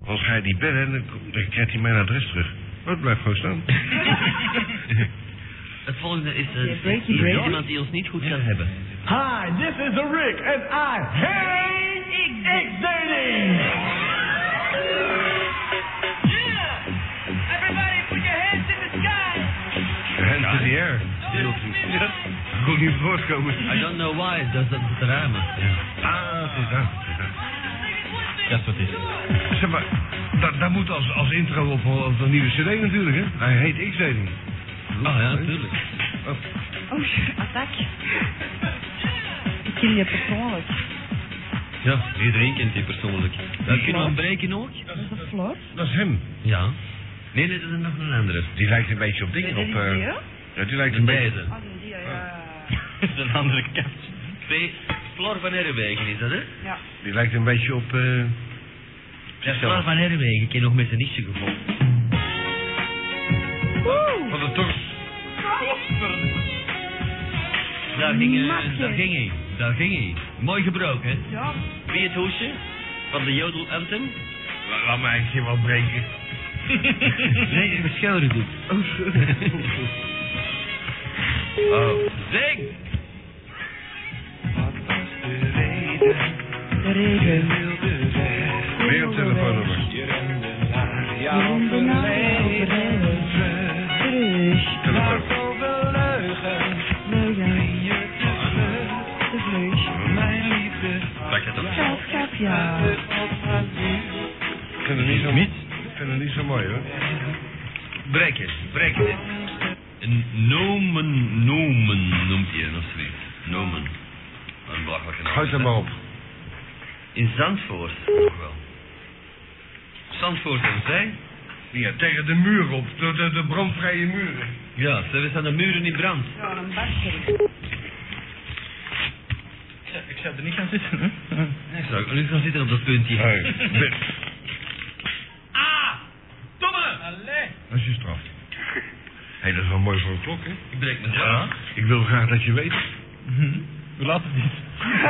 Als ga je die bellen, dan krijgt hij mijn adres terug. Oh, het blijft gewoon staan. Het volgende is iemand die ons niet goed kan hebben. Hi, this is Rick and I hate X-dating! Everybody put your hands in the sky! Hands in the air. Goed niet voorkomen. I don't know why, dat is de ramen. Ja. Ah, het is dat. Dat is wat het is. Zeg maar, daar moet als intro op een nieuwe cd natuurlijk, hè? Hij heet X-dating. Oh ja, natuurlijk. Oh, attack. Ik ken je persoonlijk. Ja, iedereen kent die persoonlijk. Dat kunnen we hem breken ook? Dat is een Floor. Dat is hem. Ja. Nee, dat is nog een andere. Die lijkt een beetje op dingen. Is Op, dat die, hè? ja, die lijkt Een een beetje... beide. Oh, die, ja. Dat is een andere kant. Floor van Herrewegen is dat, hè? Ja. Die lijkt een beetje op... Ja, Floor van Herrewegen. Ik heb nog met zijn nichtje gevonden. Van de tors. Daar ging hij. Mooi gebroken, hè? Ja. Wie het hoesje? Van de Jodel Anthem? Laat mij een keer wel breken. Nee, mijn schouder doet. Oh, zing! De regen. Weer een telefoonnummer. Je rende naar de terug. Telefoon. Leugen. De vlees. Pak het op. Schat, ja. Ik vind het niet zo mooi, hoor. Brek het. Een nomen noemt hij, of zoiets. Nomen. Een belachelijke naam. Gooi het er maar op. In Zandvoort nog wel. Zandvoort en zij? Ja, tegen de muur op. De brandvrije muren. Ja, ze staan de muren in brand. Ja, een bakje. Ik zou er niet gaan zitten, hè? Ik zou ook niet gaan zitten op dat puntje. Hey, Ah! Domme! Allee! dat is je straf. Hé, dat is wel mooi voor een klok, hè? Ik breek mijn Ja. ja. Ik wil graag dat je weet. Hoe laat het is?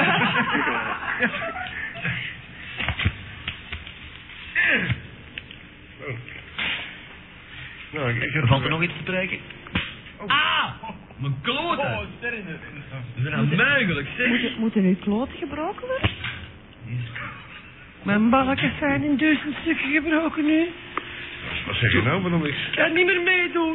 Nou, ik heb... Valt er nog iets te breken? Ah! Mijn kloten! Oh, ster in de... Dat is nou mogelijk, zeg. Moeten uw kloten gebroken worden? Mijn balken zijn in 1000 stukken gebroken nu. Wat zeg je nou? Waarom ik... Ik kan niet meer meedoen.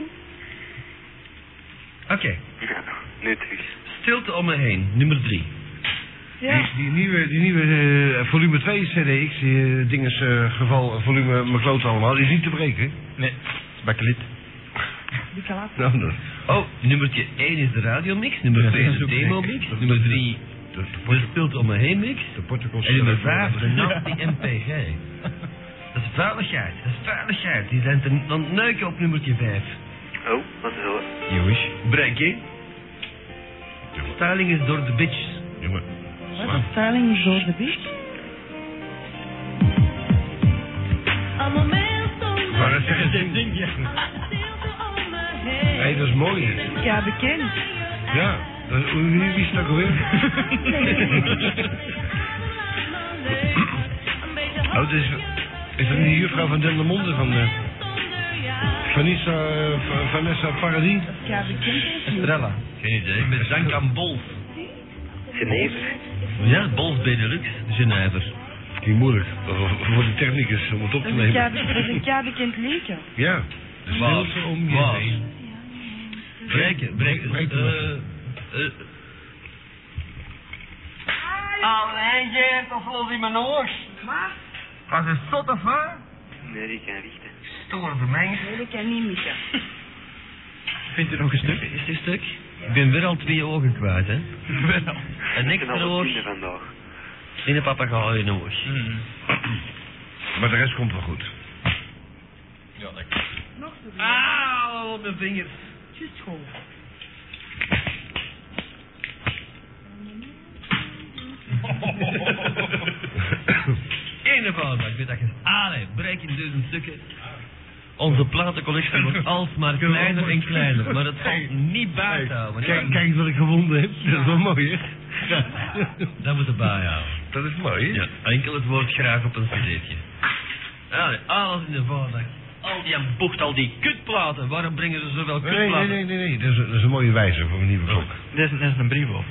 Oké. Ja, nu terug. Stilte om me heen, nummer 3. Ja. Die nieuwe volume 2 CDX, dinges geval volume mijn kloten allemaal, die is niet te breken. Nee, bakkelit. Die kan laten. Nou, dat... Oh, nummertje 1 is de radiomix, nummer 2 is de demomix, nummer 3 de stilte om me heen mix, De protocols... en nummer 5 de nasty MPG. Dat is vuiligheid, die zijn te dan neuken op nummertje 5. Oh, wat is dat? Jongens, brek Styling is door de bitches. Jongen. Wat is styling door de beach? Maar dat zeggen ze... Hé, dat is mooi, hè? Ja, bekend. Ja. Wie is dat ook alweer? Oh, is dat niet de juffrouw van Dendermonde van... Vanessa Paradis? Ja, bekend. Estrella. Geen idee, met dank aan Bols. Genever. Ja, Bols Benelux, Genever. Die moeilijk. Voor de technicus om het op te Dat is nemen. een ja bekend liedje. Ja. De stilte om je heen. Breken. Allee, je toch los in mijn oor. Als een zot of wat? Nee, die kan richten. Stoor de mens. Nee, dat kan niet missen. Vindt u nog een stuk? Is dit stuk? Ik ben weer al 2 ogen kwijt, hè? Wel. Een Ik ben extra al oog 10 vandaag. in de papegaai in oog. Maar de rest komt wel goed. Ja, lekker. Nog zo. Auw, op mijn vingers. Just school. Eén van, ik weet dat je... Allee, breek in 1000 stukken. Onze platencollectie wordt alsmaar kleiner en kleiner, maar dat valt niet bij te houden. Kijk eens wat ik gevonden heb. Dat is wel mooi, hè? Ja, dat moet erbij houden. Dat is mooi, hè? Ja, enkel het woord graag op een cd'tje. Ja, alles in de voordag. Al die bocht, al die kutplaten. Waarom brengen ze zoveel kutplaten? Nee. Dat is een mooie wijze voor een nieuwe klok. Dat is een brief over.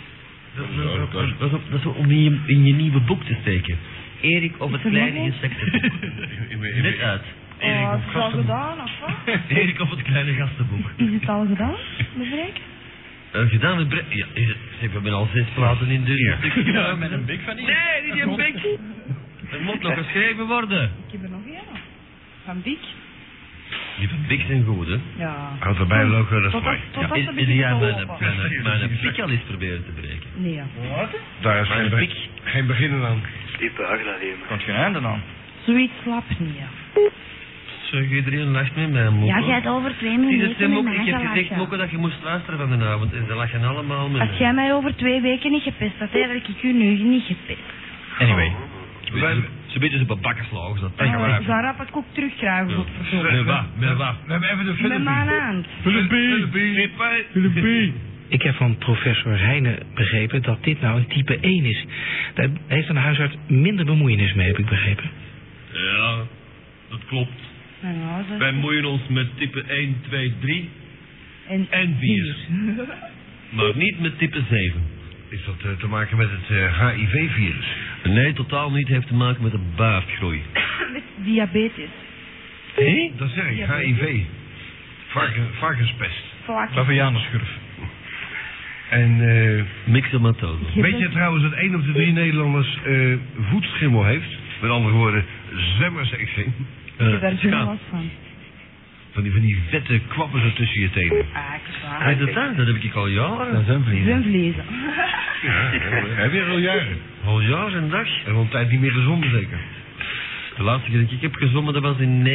Dat is om in je nieuwe boek te steken. Erik of het kleine insectenboek. Net uit. Oh, is het al gedaan, of wat? Erik of het kleine gastenboek. Is het al gedaan, mevrouw? Gedaan met ja, we hebben al 6 platen in de stuk. Ja, met een bik van hier. Nee, niet een bik. Er moet nog geschreven worden. Ik heb er nog één. Van Biek. Die van bik zijn goed, hè? Ja. Houd erbij, loco, dat is mooi. Totdat ze Is beginnen jij te lopen. mijn pik al eens proberen te breken? Nee. Daar is geen beginnen aan. Diepe aglanemen. Komt geen einde aan. Zoiets slaapt niet. Zeg, iedereen lacht met mij, Moeke. Ja, jij hebt over 2 Het is minuten het, met Moeke. mij Ik heb gezegd, gelachen. Moeke, dat je moest luisteren van de avond. En ze lachen allemaal met Als mij. jij mij over 2 weken niet gepest had, dan heb ik u nu niet gepest. Anyway. Ze weten ze op een bakken slagen. Dat Dank je wel. Zou rap het ook terugkrijgen, godverdomme. Met wat? We hebben even de Met mijn hand. Philippie. Ik heb van professor Heijnen begrepen dat dit nou een type 1 is. Daar heeft een huisarts minder bemoeienis mee, heb ik begrepen. Ja, dat klopt. Ja, dat Wij moeien ons met type 1, 2, 3 en 4. Maar niet met type 7. Is dat te maken met het HIV-virus? Nee, totaal niet. Heeft te maken met de baardgroei. Met diabetes. Hé? Dat zeg ik, HIV. Varkenspest. Vaak. Bavianenschurf. En Myxomatose. weet je trouwens dat 1 op de 3 Nederlanders voetschimmel heeft? Met andere woorden, zwemmerseczeem. Ik heb daar geen schaap. last van. Van die vette kwappen zo tussen je tenen. Ah, ik Weet je dat? Dat heb ik al jaren. zwemvlezen. Ja, heb je al jaren. Al jaar en dag. En al een tijd niet meer gezonde zeker. De laatste keer dat ik heb gezongen, dat was in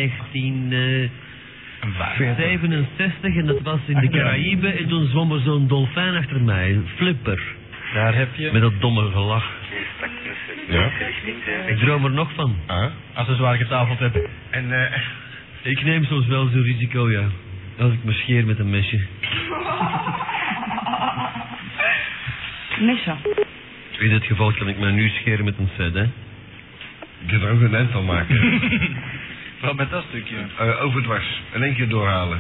1967 en dat was in de Caraïben. En toen zwom er zo'n dolfijn achter mij, een flipper. Daar heb je. Met dat domme gelach. Ja. Ik droom er nog van. Ah. Als ze zwaar getafeld hebben. En Ik neem soms wel zo'n risico, ja. Als ik me scheer met een mesje. Mesha. In dit geval kan ik me nu scheren met een set, hè. je kunt er ook een eind van maken. Wat met dat stukje. Overdwars. In 1 keer doorhalen.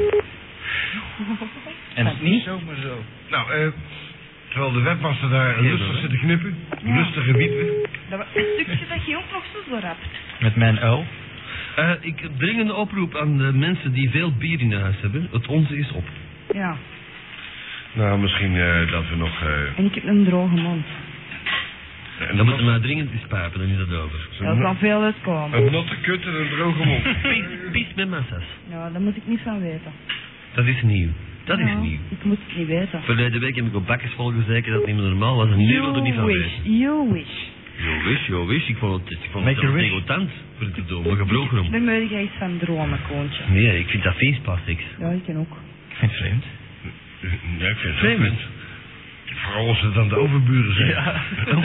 En niet zomaar zo. Nou, terwijl de webmaster daar rustig zit te knippen. Rustige wiepen. Dat was een stukje dat je ook nog zo rapt. Met mijn uil. Ik heb dringende oproep aan de mensen die veel bier in huis hebben. Het onze is op. Ja. Nou, misschien dat we nog... En ik heb een droge mond. en Dan moeten we maar dringend eens pijpen, dan is dat over. Dat zal veel uitkomen. Een natte kut en een droge mond. Pies met massa's. Ja, daar moet ik niet van weten. Dat is nieuw. Dat is Ja, nieuw. ik moet het niet weten. Verleden week heb ik op bakkesvol gezegd dat het niet meer normaal was. En nu wil er niet van weten. You wish. Jo wist. Ik vond het Make your wish. degoutant voor het te doen, maar gebroken om. Dan moet jij iets van dromen, Koontje. Nee, ik vind dat feestplastics. Ja, ik ken ook. Ik vind het vreemd. Ja, ik vind het Vreemd. vreemd. Vooral als het dan de overburen zijn. Ja.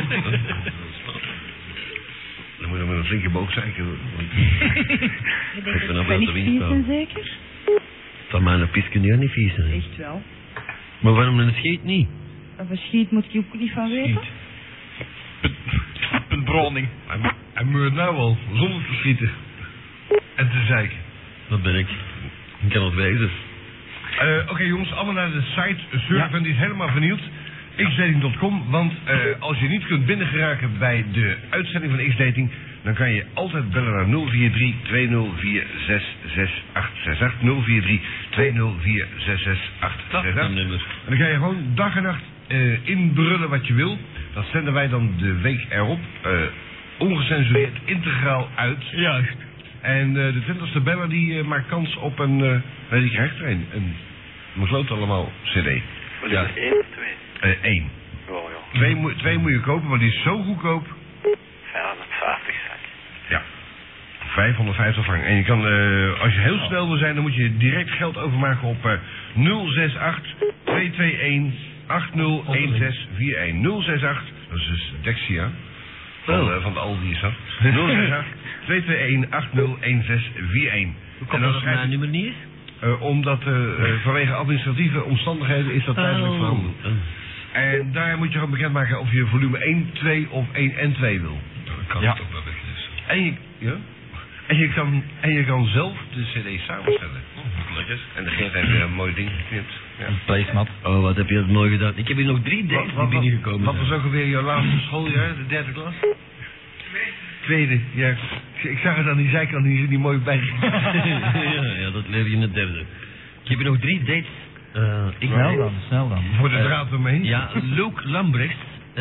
Dan moet je met een flinke boog zeiken. Je denkt Ik ben dat nog ik wel niet te vies winst ben, zeker? Van mijn pis kun je ook niet vies zijn. Echt wel. Maar waarom een scheet niet? Of een schiet moet ik ook niet van weten? Puntbroning. Hij meurt nou al, zonder te schieten. En te zeiken. Dat ben ik. Ik kan het wezen. Oké, jongens, allemaal naar de site surfen, die is helemaal vernieuwd. Xdating.com, want als je niet kunt binnengeraken bij de uitzending van Xdating, dan kan je altijd bellen naar 043 204 66868. 043 204 66868. Dat nummer. En dan kan je gewoon dag en nacht inbrullen wat je wil. Dat zenden wij dan de week erop, ongecensureerd, integraal uit. Juist. En de 20ste beller die maakt kans op een, nee, die krijgt er een McLoot allemaal cd. Wat Ja. is het, 1 of 2? 1. Oh ja. Twee moet je kopen, maar die is zo goedkoop. 550 zak. Ja. 550 frank. En je kan, als je heel snel wil zijn, dan moet je direct geld overmaken op 068 221 801641. 068, dat is dus Dexia. Van de Aldi is dat. 068 221 801641. Hoe komt dat het mijn nummer niet is? Omdat vanwege administratieve omstandigheden is dat tijdelijk veranderd. En daar moet je gewoon bekendmaken of je volume 1, 2 of 1 en 2 wil. Dat kan Ja. toch wel weg dus. En je, ja? En je kan zelf de cd samenstellen. Lekker. En de Geert heeft weer een mooi ding geknipt. Ja. Een placemat. Oh, wat heb je dat mooi gedaan. Ik heb hier nog 3 dates die binnengekomen Wat zijn. was ook alweer jouw laatste schooljaar, de 3e klas? Tweede, ja. Ik zag het aan die zijkant, die is niet mooi bij. ja, dat leer je in het 3e. Ik heb hier nog 3 dates. Snel dan. Voor de draad ermee. Ja, Luke Lambrechts.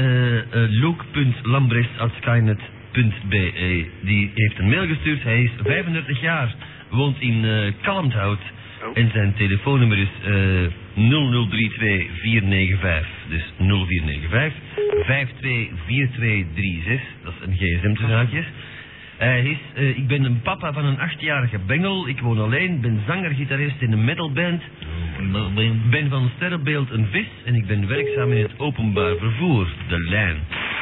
Luke.lambrechts@skynet.be. Die heeft een mail gestuurd. Hij is 35 jaar, woont in Kalmthout. En zijn telefoonnummer is 0032 495. Dus 0495 524236. Dat is een gsm te zaakjes. Ik ben een papa van een 8-jarige bengel. Ik woon alleen, ben zanger-gitarist in een metalband. Ben van sterrenbeeld een vis en ik ben werkzaam in het openbaar vervoer, de lijn.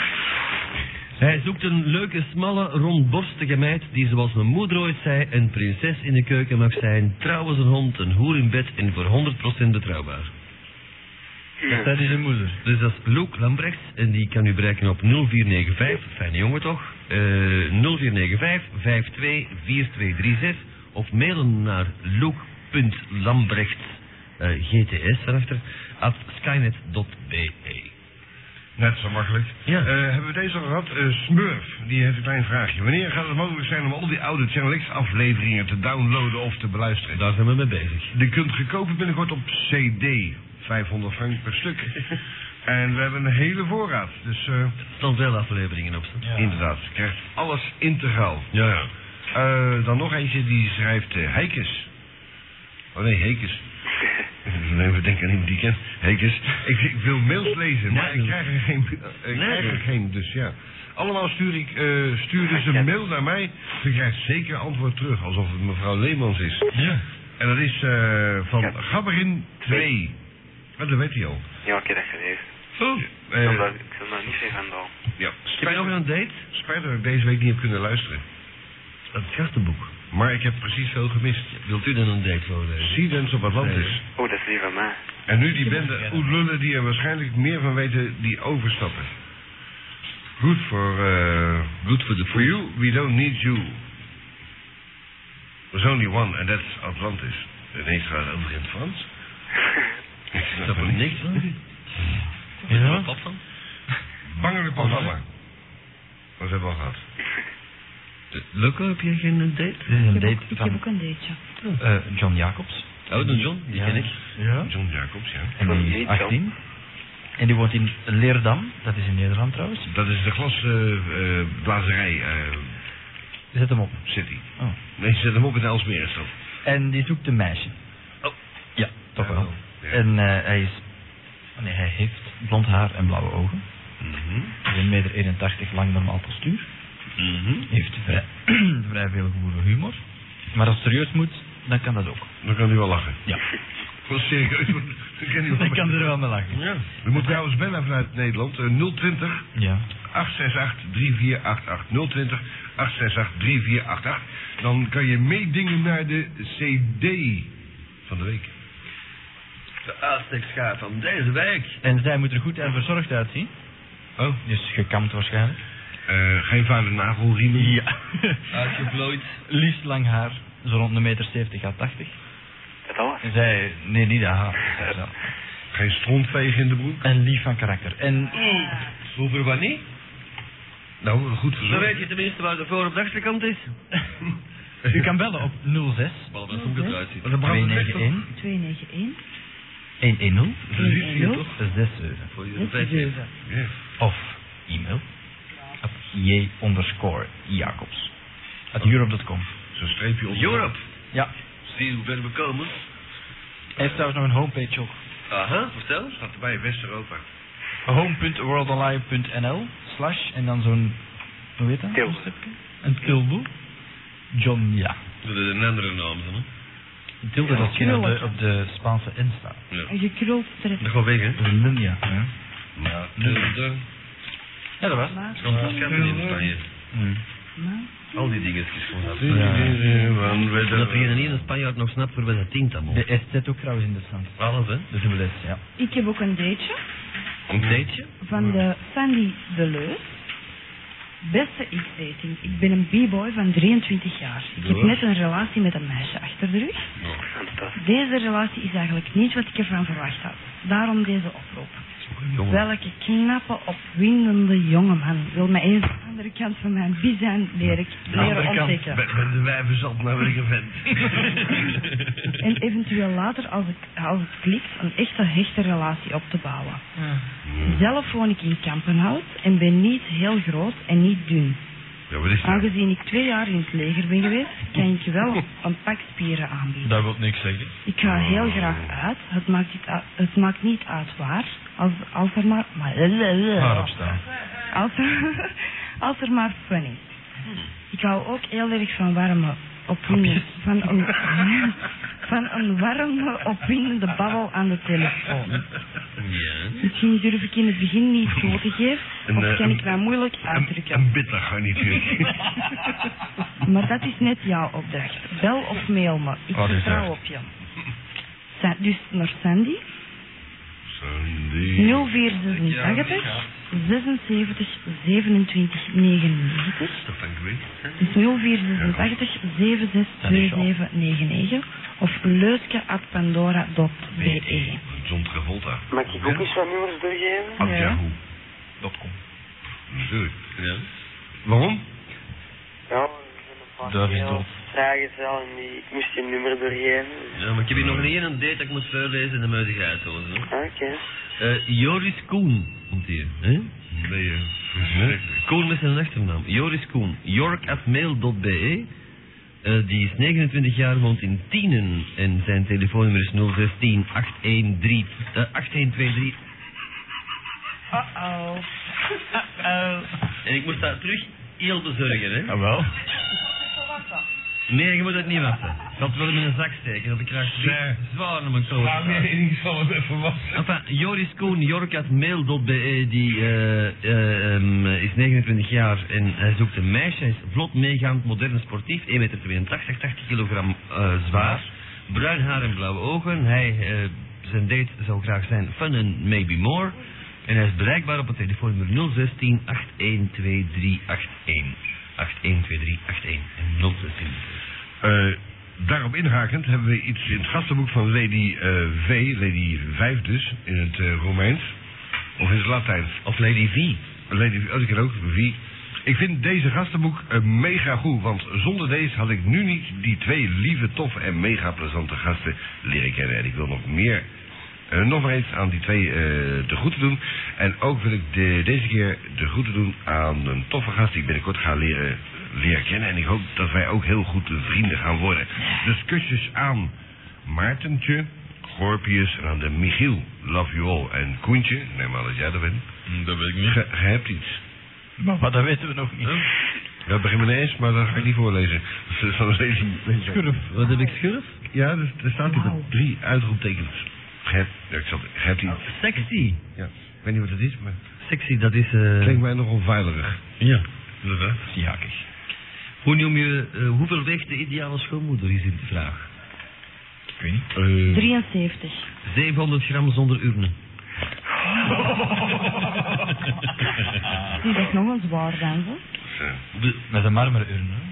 Hij zoekt een leuke, smalle, rondborstige meid die, zoals mijn moeder ooit zei, een prinses in de keuken mag zijn, trouw als een hond, een hoer in bed en voor 100% betrouwbaar. Dat is een moeder. Dus dat is Luke Lambrechts en die kan u bereiken op 0495, fijne jongen toch, 0495 524236 of mailen naar luke.lambrechts, GTS daarachter, @skynet.be. Net zo makkelijk. Ja. Hebben we deze al gehad? Smurf, die heeft een klein vraagje. Wanneer gaat het mogelijk zijn om al die oude Channel X afleveringen te downloaden of te beluisteren? Daar zijn we mee bezig. Die kunt je kopen binnenkort op CD. 500 frank per stuk. En we hebben een hele voorraad. Dus Er staan veel afleveringen op. Ja. inderdaad, je krijgt alles integraal. Ja. Dan nog eentje die schrijft Heikes. Oh nee, Heikes. Even denken aan iemand die ik ken. Heikes. Ik wil mails lezen, maar ik krijg er geen. Eigenlijk geen, dus ja. Allemaal stuur dus een mail naar mij. Je krijgt zeker antwoord terug, alsof het mevrouw Leemans is. Ja. En dat is van Gabberin 2. Dat weet hij al. Ja, ik heb dat gelezen. Oh. Ik zal daar niet veel van doen. Ja. Heb je nog een date? Spijt dat ik deze week niet heb kunnen luisteren. Het gastenboek. Maar ik heb precies veel gemist. Wilt u dan een date voorlezen? Seedance op Atlantis. Oh, dat is lief van mij. En nu die bende oetlullen die er waarschijnlijk meer van weten die overstappen. Good for for you, we don't need you. There's only one and that's Atlantis. Ineens gaat het over in het Frans. Ik snap er niks van. Ja? Pap van? Bangelijk programma. Dat hebben we al gehad. Loco, heb jij geen date? Ik heb Date ook van een dateje. John Jacobs. Oh, de John, die ken ik. Ja. John Jacobs, ja. En die is 18. En die woont in Leerdam. Dat is in Nederland trouwens. Dat is de glasblazerij Zet hem op. City. Oh. Nee, zet hem op in Elsmere is dat. En die zoekt een meisje. Oh. Ja, toch Ja, wel. ja. En hij heeft blond haar en blauwe ogen. Mhm. 1,81 meter lang normaal postuur. Heeft vrij veel goede humor. Maar als het serieus moet, dan kan dat ook. Dan kan hij wel lachen. Ja. Wat serieus, dan kan hij wel Dan kan er wel mee lachen. Ja. We moeten trouwens bellen vanuit Nederland. 020 Ja. 868 3488. 020 868 3488. Dan kan je meedingen naar de CD van de week. De Aztekschaap van deze week. En zij moet er goed en verzorgd uitzien. Oh, Dus gekamd waarschijnlijk. geen vuile nagelriemen. Ja. Uitgeplooid. Liefst lang haar. Zo rond 1,70 à 80 meter. Dat alles? En zij... Nee, niet dat haar. Ja. Geen strontveeg in de broek. En lief van karakter. En... Hoeveel wanneer? Nou, goed Dan verzorgd. weet je tenminste waar de voor- op de achterkant is. U kan bellen op 06 Behalve dat het eruit ziet. Maar dan brandt het weg, toch? 291 291 110 Precies, zie je toch? 67. Voor je 67. Ja. Of e-mail at j_Jacobs at Europe.com. Zo'n streepje op. Europe. Ja. Zie hoe ver we komen. Hij heeft trouwens nog een homepage ook. Aha, vertel. Staat erbij, West-Europa. home.worldalive.nl / en dan zo'n... Hoe heet dat? Tilde. Zo'n stipje? Een tilde. John, ja. Dat is een andere naam, hè? Een tilde, dat ken je op de Spaanse N staat. Ja. Een gekruld streep. Dat gaat weg, hè? Dat is een ninja. Ja. Ja, Ja, dat was. Maar, kan het scannen in Spanje. maar, Al die dingetjes gewoon af. Dat degene niet in Spanjaard nog snapt voor wat dat ding dan De S zit ook trouwens in de stand. Alles, hè? De dubbele S, ja. ik heb ook een dateje Een dateje? van de Sandy Deleuze. Beste X-dating. Ik ben een b-boy van 23 jaar. Ik heb net een relatie met een meisje achter de rug. Deze relatie is eigenlijk niet wat ik ervan verwacht had. Daarom deze oproep. Welke knappe, opwindende jongeman wil mij eens aan de andere kant van mijn bizijn leren ontdekken. Bij de wijvenzand naar welke vent. En eventueel later, als het klikt, een echte hechte relatie op te bouwen. Zelf woon ik in Kampenhout en ben niet heel groot en niet dun. Ja, wat is dat? Aangezien ik 2 jaar in het leger ben geweest, kan ik je wel een pak spieren aanbieden. Dat wil niks zeggen. Ik ga heel graag uit. Het maakt niet uit waar. Als er maar... Waarop staan. Als er maar fun is. Ik hou ook heel erg van warme opwindende... Van een warme, opwindende babbel aan de telefoon. Ja. Misschien durf ik in het begin niet toe te geven, of kan ik mij moeilijk uitdrukken. Een bitter garnituur. Maar dat is net jouw opdracht. Bel of mail me. Ik vertrouw op je. Dus naar Sandy. 0486 76 27 99. Dat vind ik weet. Dus 0486 762799 of leuske@pandora.be. John Travolta. Mag ik ook eens wat nummers doorgeven? .com. Natuurlijk. Ja. Waarom? Ja, er zijn een paar heel vragen wel en ik moest je een nummer doorgeven. Ja, maar ik heb hier nog niet een date dat ik moet voorlezen en dan moet ik uithouden. Oké. Joris Koen komt hier. Hè? Nee, Koen met zijn achternaam. Joris Koen. York@mail.be. Die is 29 jaar, woont in Tienen. En zijn telefoonnummer is 016 8123. Uh-oh. En ik moet dat terug heel bezorgen, hè? Jawel. Nee, je moet het niet wassen. Ik zal het wel in mijn zak steken, dat ik graag zwaar naar mijn koude Ja, nee, ik zal het even wassen. Enfin, Joris Koen, York@mail.be, die is 29 jaar en hij zoekt een meisje. Hij is vlot, meegaand, modern, sportief, 1,82 meter, 80 kilogram zwaar, bruin haar en blauwe ogen. Zijn date zou graag zijn fun and maybe more. En hij is bereikbaar op het telefoonnummer 016 812381. 812381 en 016. Daarop inhakend hebben we iets in het gastenboek van Lady Lady 5 dus, in het Romeins. Of in het Latijns. Of Lady V. Lady V, ik ken ook V. Ik vind deze gastenboek mega goed, want zonder deze had ik nu niet die 2 lieve, toffe en mega plezante gasten leren kennen. En ik wil nog meer, nog maar eens aan die 2 de groeten doen. En ook wil ik deze keer de groeten doen aan een toffe gast die ik binnenkort ga leren kennen. En ik hoop dat wij ook heel goed vrienden gaan worden. Dus kusjes aan Maartentje, Gorpius en aan de Michiel, Love You All. En Koentje, neem maar dat jij er bent. Dat weet ik niet. Je hebt iets. Maar dat weten we nog niet. Dat begint me eens, maar dat ga ik niet voorlezen. Dus dan Schurf. Wat heb ik schurf? Ja, er staat hier 3 uitroeptekens. Je hebt iets. Sexy. Ja, ik weet niet wat het is, maar Sexy, dat is... klinkt mij nogal veiliger. Ja. Inderdaad. Jakig. Hoe noem je... hoeveel weegt de ideale schoonmoeder, is hier de vraag. Ik weet niet. 73. 700 gram zonder urne. Die is nog een zwaar dan, zo. Met een marmeren urn, hè?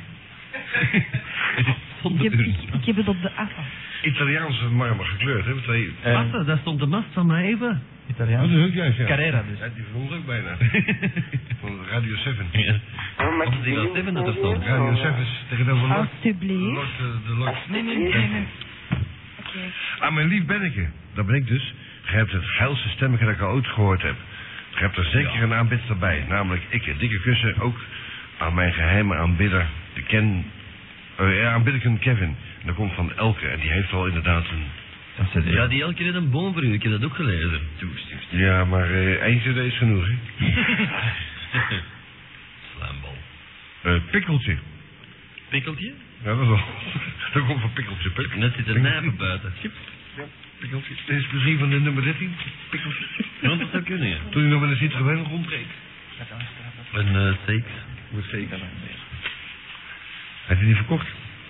Zonder urne. Ik heb het op de afval. Italiaanse marmer gekleurd, hè? 2... Massa, daar stond de mast van mij even. Italiaans. dat is ook juist, ja. Carrera dus. Ja, die van ons ook bijna. Van Radio 7. Ja. Mag Of ik die die wel 7 dat er stond. Radio 7 is tegenover Lord. Alsjeblieft. De Lord. Nee. Oké. Ah, mijn lief Benneke. Dat ben ik dus. Je hebt het geilste stemmetje dat ik al ooit gehoord heb. Je hebt er zeker een aanbidster bij. Namelijk ik. Dikke kussen ook aan mijn geheime aanbidder. Aanbidderken Kevin. En dat komt van Elke. En die heeft al inderdaad een... Ja, die elke keer een boom voor u. Ik heb dat ook gelezen. Ja, maar één cd is genoeg, hè? Slaambal. Pikkeltje. Pikkeltje? Ja, dat is wel. Dat komt van Pikkeltje. Net zit er nijpen buiten. Ja, Pikkeltje. Dit is misschien van de nummer 13. Pikkeltje. Ja, dat zou kunnen, ja. Toen hij nog met een Citroën rondreed. Een steaks. Moet zeker. Heeft hij die verkocht?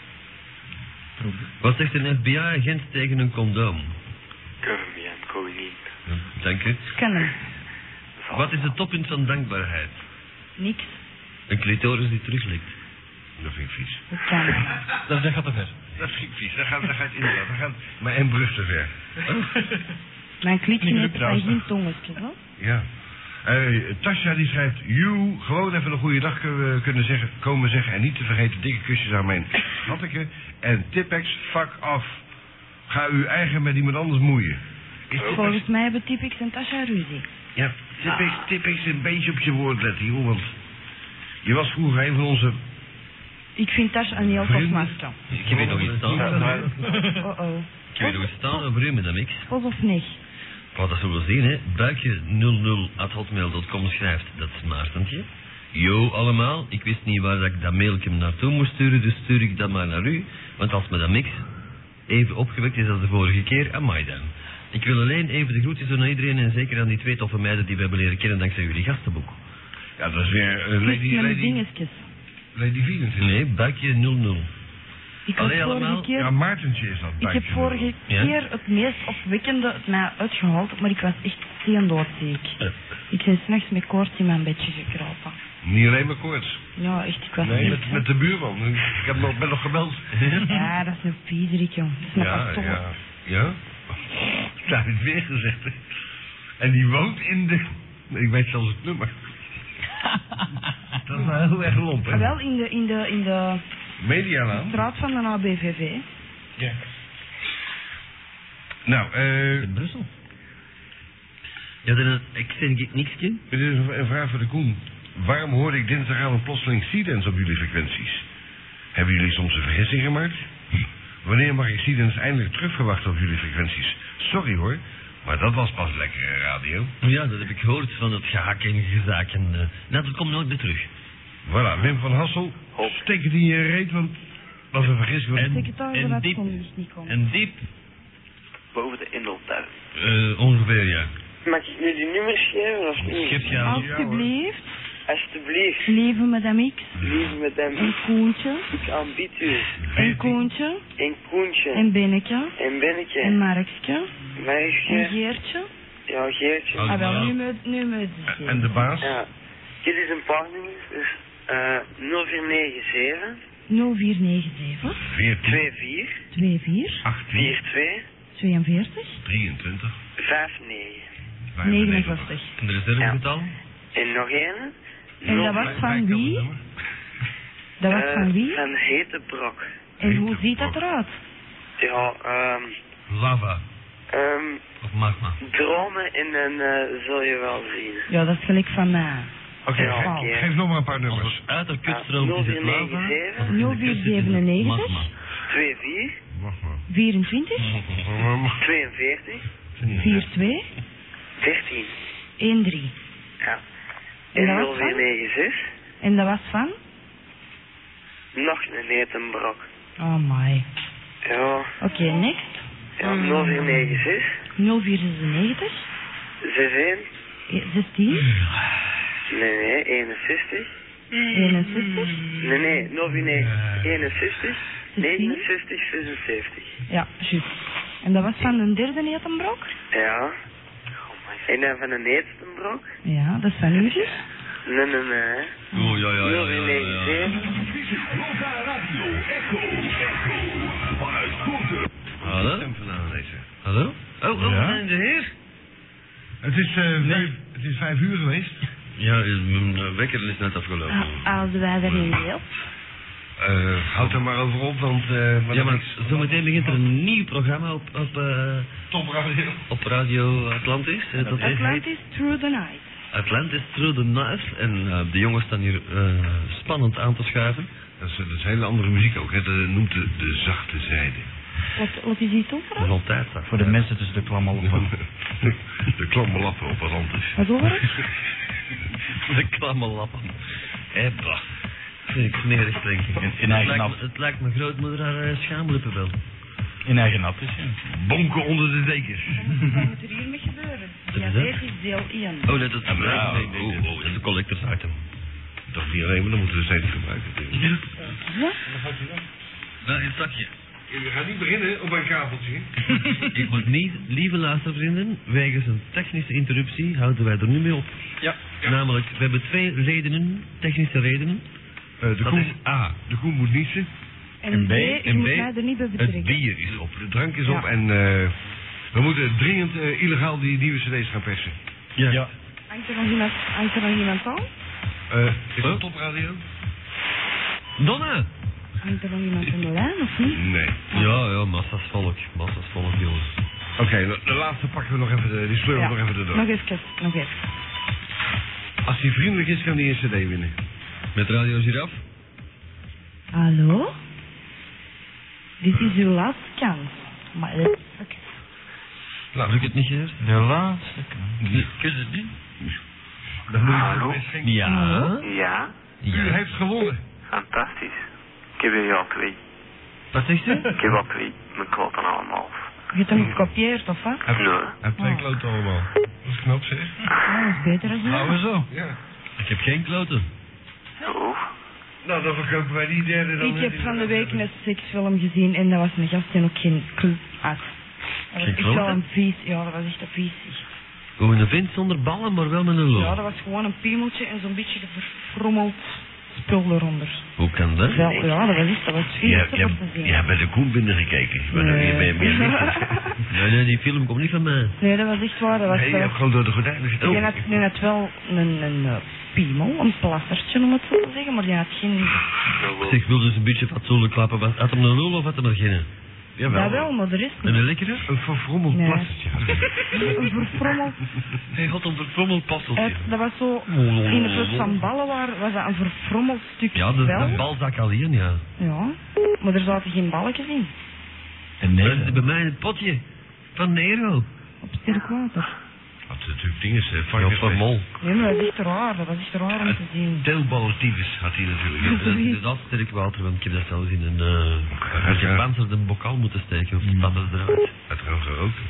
Wat zegt een FBI-agent tegen een condoom? Curvy en koningin. Dank u. Scannen. Wat is het toppunt van dankbaarheid? Niks. Een clitoris die teruglikt. Dat vind ik vies. Dat kan. Dat gaat te ver. Dat vind ik vies. Dat gaat inderdaad. Dat gaat maar één brug te ver. Mijn klietje heeft van geen tongetje, hoor. Ja. Tasja die schrijft... You, gewoon even een goede dag komen zeggen... en niet te vergeten dikke kusjes aan mijn hatteke. En Tipex, fuck off. Ga uw eigen met iemand anders moeien. Volgens mij hebben Tipex en Tasja ruzie. Ja, Tipex een beetje op je woord letten, joh. Want je was vroeger een van onze... Ik vind Tasja een heel tof masker. Ik weet nog iets staan. Oh. Ik weet nog iets staan over u, madame X. Pas of niet? Wat dat zullen we zien, hè. Buikje00@hotmail.com schrijft, dat is Maartentje. Yo allemaal, ik wist niet waar dat ik dat mailtje naartoe moest sturen, dus stuur ik dat maar naar u. Want als madame X even opgewekt is als de vorige keer, amai dan. Ik wil alleen even de groetjes doen aan iedereen en zeker aan die 2 toffe meiden die we hebben leren kennen dankzij jullie gastenboek. Ja, dat is weer Lady Venus. Nee, Buikje 00. Ik heb vorige keer... Ja, Maartentje is dat. Ik heb vorige keer het meest opwekkende het mij uitgehaald, maar ik was echt steendoorziek. Ik ben 's nachts met koorts in mijn bedje gekropen. Niet alleen maar koorts. Ja, echt, ik was Nee, echt, met de buurman. Ik ben nog gebeld. Ja, dat is een viezerik, jong. Dat is een pastoor. Ja? Dat heb ik weer gezegd, hè. En die woont in de... Ik weet zelfs het nummer. Dat is wel heel erg lomp, hè. Wel in de Medialaan. straat van de ABVV. Ja. Nou, In Brussel. Ja, dan ik zeg niks, kind. Dit is een vraag voor de Koen. Waarom hoorde ik dinsdagavond plotseling Seedance op jullie frequenties? Hebben jullie soms een vergissing gemaakt? Wanneer mag ik Seedance eindelijk terugverwachten op jullie frequenties? Sorry hoor, maar dat was pas lekkere radio. Ja, dat heb ik gehoord van het gehak en gezaak. En, nou, dat komt nooit meer terug. Voilà, Wim van Hassel, steek het in je reet, want dat was een vergissing. En diep. Boven de Indeltuin. Ongeveer, ja. Mag ik nu die nummers geven of niet? Geef je aan. Alsjeblieft. Alsjeblieft. Lieve madame X. Lieve madame En Koentje. Ik aanbied u. En Koentje. En Koentje. En Benneke. En Benneke. En Markske. Markske. En Geertje. Ja, Geertje. Ah, wel, nu moet je En de baas? Ja. Dit is een paar nummers. Dus 0497 0497 24 24 42 42 23 59. 59. En de reservegetal? En nog één. En dat was van wie? Dat was van wie? Van Hete Brok. En hoe ziet dat eruit? Ja, Lava. Of magma. dromen en dan zul je wel zien. Ja, dat is gelijk van mij. Oké, Ja, geef nog maar een paar nummers. Als uit de kutstroomt is het lava. 0497 24 Wacht maar. 24 42 42 13. 13. Ja. En En dat was van? 0496 En dat was van? nog een Hete Brok. Oh my. Ja. Oké, next. Ja, 0496 0496 61 16 Nee, 61. 61 Nee, 0496 61 69 76. Ja, juist. En dat was van een derde Netenbrok? Ja. En dan van een Heetstenbrok? Ja, dat is van u dus? Nee. Oh, ja. 0497 Hallo? Hallo? Oh, Ja? zijn de heer? Het is 5 uur geweest. Ja, mijn wekker is net afgelopen. Als wij erin deel. Houd er maar over op, want... Ja, maar zometeen begint er een nieuw programma Topradio. op Radio Atlantis. Dat heet Atlantis Through the Night. Atlantis Through the Night. En de jongens staan hier spannend aan te schuiven. Dat is hele andere muziek ook, hè. Dat noemt de zachte zijde. Wat is die toe voor? Dat is altijd zo. Voor de mensen tussen de klammelappen. De klammelappen op Atlantis. Wat hoor ik? De klammelappen. Bah. Ik smerig streng. In eigen nat. Het lijkt mijn grootmoeder haar schaamlippen wel. In eigen nat is, ja. Bonken onder de dekens. Wat moet er hiermee gebeuren? Ja, deze is deel 1. Oh, dat is nee, dat is een collectors item. Dat niet alleen, maar dan moeten we steeds gebruiken. Ja? Nou, een zakje. We gaan niet beginnen op een kabeltje. Ik moet niet, lieve luistervrienden, wegens een technische interruptie houden wij er nu mee op. Ja. Namelijk, we hebben 2 redenen, technische redenen. De Koen moet niezen. En B, je moet mij er niet bij betrekken. Het bier is op, de drank is op en we moeten dringend illegaal die nieuwe cd's gaan persen. Ja. Hangt er nog iemand aan? Is dat topradio? Donna! Hangt er nog iemand aan de lijn of niet? Nee. Ja, massa's volk, jongens. Oké, de laatste pakken we nog even, die sleuren we nog even erdoor. Nog even. Als hij vriendelijk is, kan hij een cd winnen. Met Radio Giraffe? Hallo? Dit is uw laatste kans. Maar oké. Doe ik het niet eerst? De laatste kans. Kun je het niet? Hallo? Ja? Ja? U heeft gewonnen. Fantastisch. Ik heb er al 2. Wat zegt u? Ik heb al 2. Mijn kloten allemaal. Je hebt hem gekopieerd of wat? Nee. Hij heeft 2 kloten allemaal. Dat is knap zeg. Ja, dat is beter dan Nou, je. zo. Ja. Ik heb geen kloten. Zo. Nou, dan verkopen wij die derde dan. Ik heb van de week een seksfilm gezien en dat was een gast en ook geen kloot. Dat was echt wel een vies, ja, dat was echt een vies. Gewoon een vent zonder ballen, maar wel met een lul. Ja, dat was gewoon een piemeltje en zo'n beetje verfrommeld spul eronder. Hoe kan dat? Wel, ja, dat was vies om te zien. Je hebt bij de Koen binnengekeken. Nee. Nee, die film komt niet van mij. Nee, dat was echt waar. Dat was Nee, je hebt gewoon door de gordijnen zitten. die had wel een piemel, een plastertje om het zo te zeggen, maar die had geen... Zeg, wil dus een beetje fatsoenlijk klappen. Had hem een lul of had hem er geen? Ja, wel, maar de rest En niet. een lekkere? Een verfrommeld Nee. plastertje. Een verfrommeld... Hij had een verfrommeld passeltje. Dat was zo... In de plaats van ballen was dat een verfrommeld stuk Ja, de vel. balzak alleen, ja. Ja, maar er zaten geen balletjes in. En nee, dat is bij mij in het potje. Van Nero. Op sterk water. Wat natuurlijk dingen is, Ja, van Mol. Nee, maar dat is echt raar. Dat was echt raar om te zien. Teelballentyfus had hij natuurlijk. Dat is inderdaad sterk water, want ik heb dat zelfs in een gepantserde bokaal moeten steken. Of stappen ze eruit. Het gewoon geroken.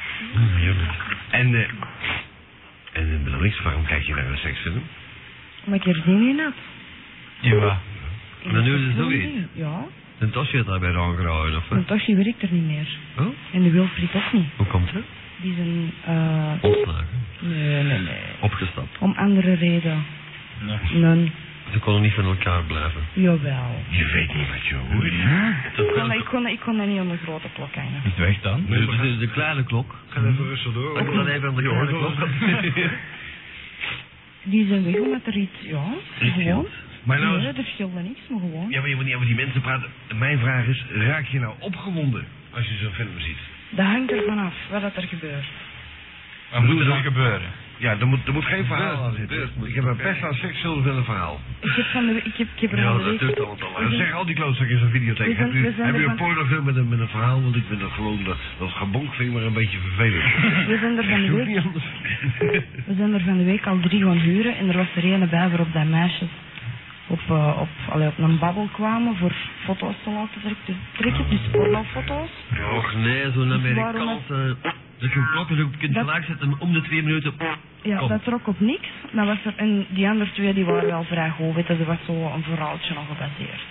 En het belangrijkste, waarom kijk je naar een seksfilm? Maar ik er zin in had. Ja. Maar nu is het zoiets. Ja, Een tasje had daarbij aangeraden, of mijn wat? tasje werkt er niet meer. Oh? En de Wilfried ook niet. Hoe komt het? Die zijn... Ontslagen. Nee. Opgestapt. Om andere reden. Nee. Ze konden niet van elkaar blijven. Jawel. Je weet niet wat je hoort. Ik kon dat niet aan de grote klok hangen. Is weg dan? De kleine klok. Ga even rustig door. Ik dan even aan de kleine klok. Die zijn weg omdat er iets... Ja, gewoon. Maar nou, Nee, er scheelde niks, maar gewoon. ja, maar je moet niet over die mensen praten. Mijn vraag is, raak je nou opgewonden als je zo'n film ziet? Dat hangt er vanaf, wat dat er gebeurt. Wat moet er dan gebeuren? Ja, er moet geen verhaal aan zitten. Ik heb een best aan seksueel wel een verhaal. Ik heb van de week... Ik heb er Ja, van de dat week... duurt allemaal En dan zeggen al die klootzakken in zo'n videotheek. Heb u een pornofilm met een verhaal? Want ik vind dat gewoon, dat gebonk vind ik maar een beetje vervelend. We zijn er van de Doe week... niet anders. We zijn er van de week al 3 gaan huren en er was er een bij waarop dat meisjes op een babbel kwamen voor foto's te laten trekken, dus pornofoto's. Och nee, zo'n Amerikaanse... Dat je een klok erop kunt Dat- klaarzetten om de 2 minuten... Ja, Kom. dat trok op niks. Dan was er, en die andere 2 die waren wel vrij goed, weet je, er was zo een verhaaltje nog gebaseerd.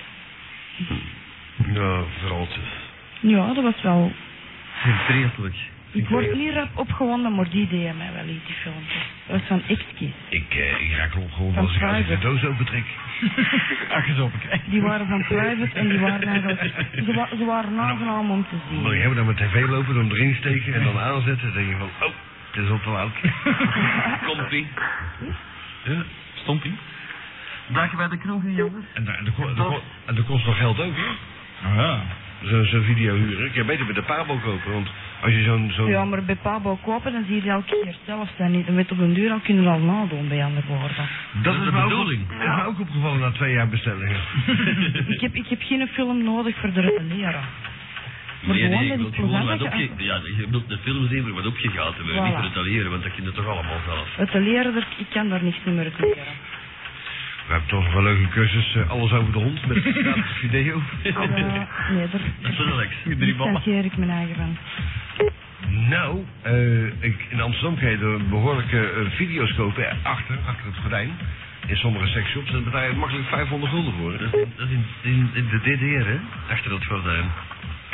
Nou, verhaaltjes. Ja, dat was wel... Vreselijk. Ik word niet rap opgewonden, maar die deden mij wel iets, die filmpjes. Dat was van X-Kiss. Ik raak erop gewoon Van als ik de Private. doos opentrek. Ach, eens open krijgen. Die waren van Private en die waren eigenlijk... Ze waren aangenaam om te Maar zien. je hebt dan met tv lopen, dan erin steken en dan aanzetten. Dan denk je van, oh, het is al te laat. Kompie. Ja. Stompie? Dag bij de kroeg, jongens. En dat kost nog geld ook, hè? Oh ja. Zo'n video huren. Ik kan beter bij de Pabo kopen, want als je zo'n... Ja, maar bij Pabo kopen, dan zie je die elke keer zelf staan niet. En met op een duur al kunnen we al nadoen, bij andere woorden. Dat is de me ook- bedoeling. Dat is me ook opgevallen na 2 jaar bestellingen. Ik heb geen film nodig voor de retelleren. Maar Nee, gewoon je dat wilt ik gewoon plezant wat dat je... je wilt de film zien voor wat opgegaten worden, niet Voilà. voor het alliëren, want dat kun je toch allemaal zelf. Retelleren, ik kan daar niks meer retelleren. We hebben toch nog een leuke cursus, alles over de hond, met gratis video. Nee, Dat is wel lekker. daar distancieer ik mijn eigen van. Nou, in Amsterdam kan je er behoorlijke video's kopen, achter het gordijn. In sommige seksshops, en daar betaal je makkelijk 500 gulden voor. Hè? Dat is in de DDR, hè? Achter dat gordijn.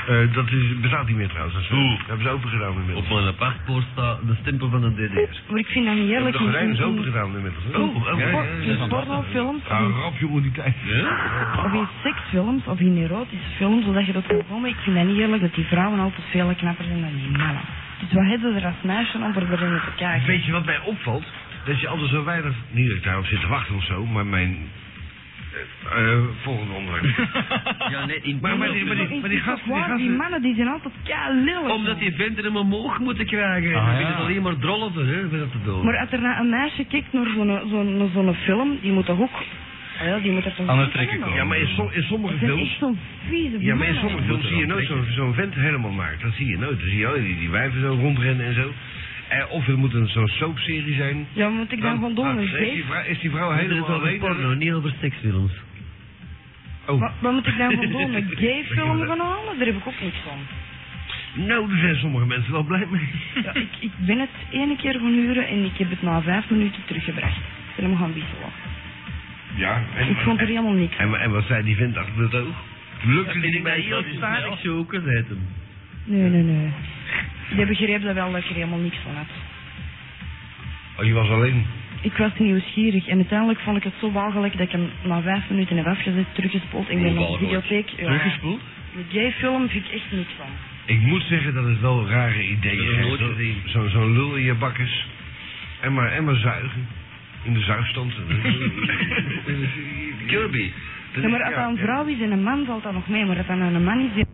Dat bestaat niet meer trouwens. Dat hebben ze open gedaan inmiddels. Op mijn paspoort staat de stempel van de DDR. Maar ik vind dat niet eerlijk. De gordijn is open gedaan inmiddels. In pornofilms, Rap jongen die tijd. of in seksfilms, of in erotische films, zodat je dat kan komen. Ik vind dat niet eerlijk dat die vrouwen altijd veel knapper zijn dan die mannen. Dus wat hebben ze er als meisje om voor erin te kijken? Weet je wat mij opvalt? Dat je altijd zo weinig... Niet dat ik daarop zit te wachten of zo, maar mijn... volgende onderwerp. Ja, nee, maar die gasten... Die mannen die zijn altijd lelijk. Omdat die venten hem omhoog moeten krijgen. Dan vind je het alleen maar drollen, hè, voor dat te doen. Maar als er naar een meisje kijkt naar zo'n film, die moet toch ook... Ja, die moet er toch... Aan het trekken komen. Ja, maar in sommige Dat is films... echt zo'n vieze Ja, maar in mannen. sommige films zie je nooit zo'n vent helemaal naakt. Dat zie je nooit. Dan zie je alleen die wijven zo rondrennen en zo. Of er moet zo'n soapserie zijn. Ja, maar moet ik dan gewoon doen? Is die vrouw Het helemaal is over alleen? porno, niet over seksfilms. Oh. Wat moet ik dan gewoon doen? Een gay film gaan halen? Daar heb ik ook niks van. Nou, daar zijn sommige mensen wel blij mee. Ja, ik ben het ene keer gaan huren en ik heb het na 5 minuten teruggebracht. Ik ben hem gaan wisselen. Ja, Ik vond er helemaal niks van. En wat zei die vent achter het oog? Lukte die bij mij heel stadig zoeken, zei hem. Nee. Die begreep dat wel dat ik er helemaal niks van had. Oh, je was alleen? Ik was nieuwsgierig en uiteindelijk vond ik het zo walgelijk dat ik hem na 5 minuten heb afgezet, teruggespoeld. Ik ben naar de videotheek. Ja, Teruggespoeld? met gay film vind ik echt niks van. Ik moet zeggen dat het wel rare ideeën zijn. Zo'n lul in je bakkes. En maar zuigen. In de zuigstand. Kirby. Ja, maar als dat een vrouw is en een man valt dat nog mee, maar als dat een man is...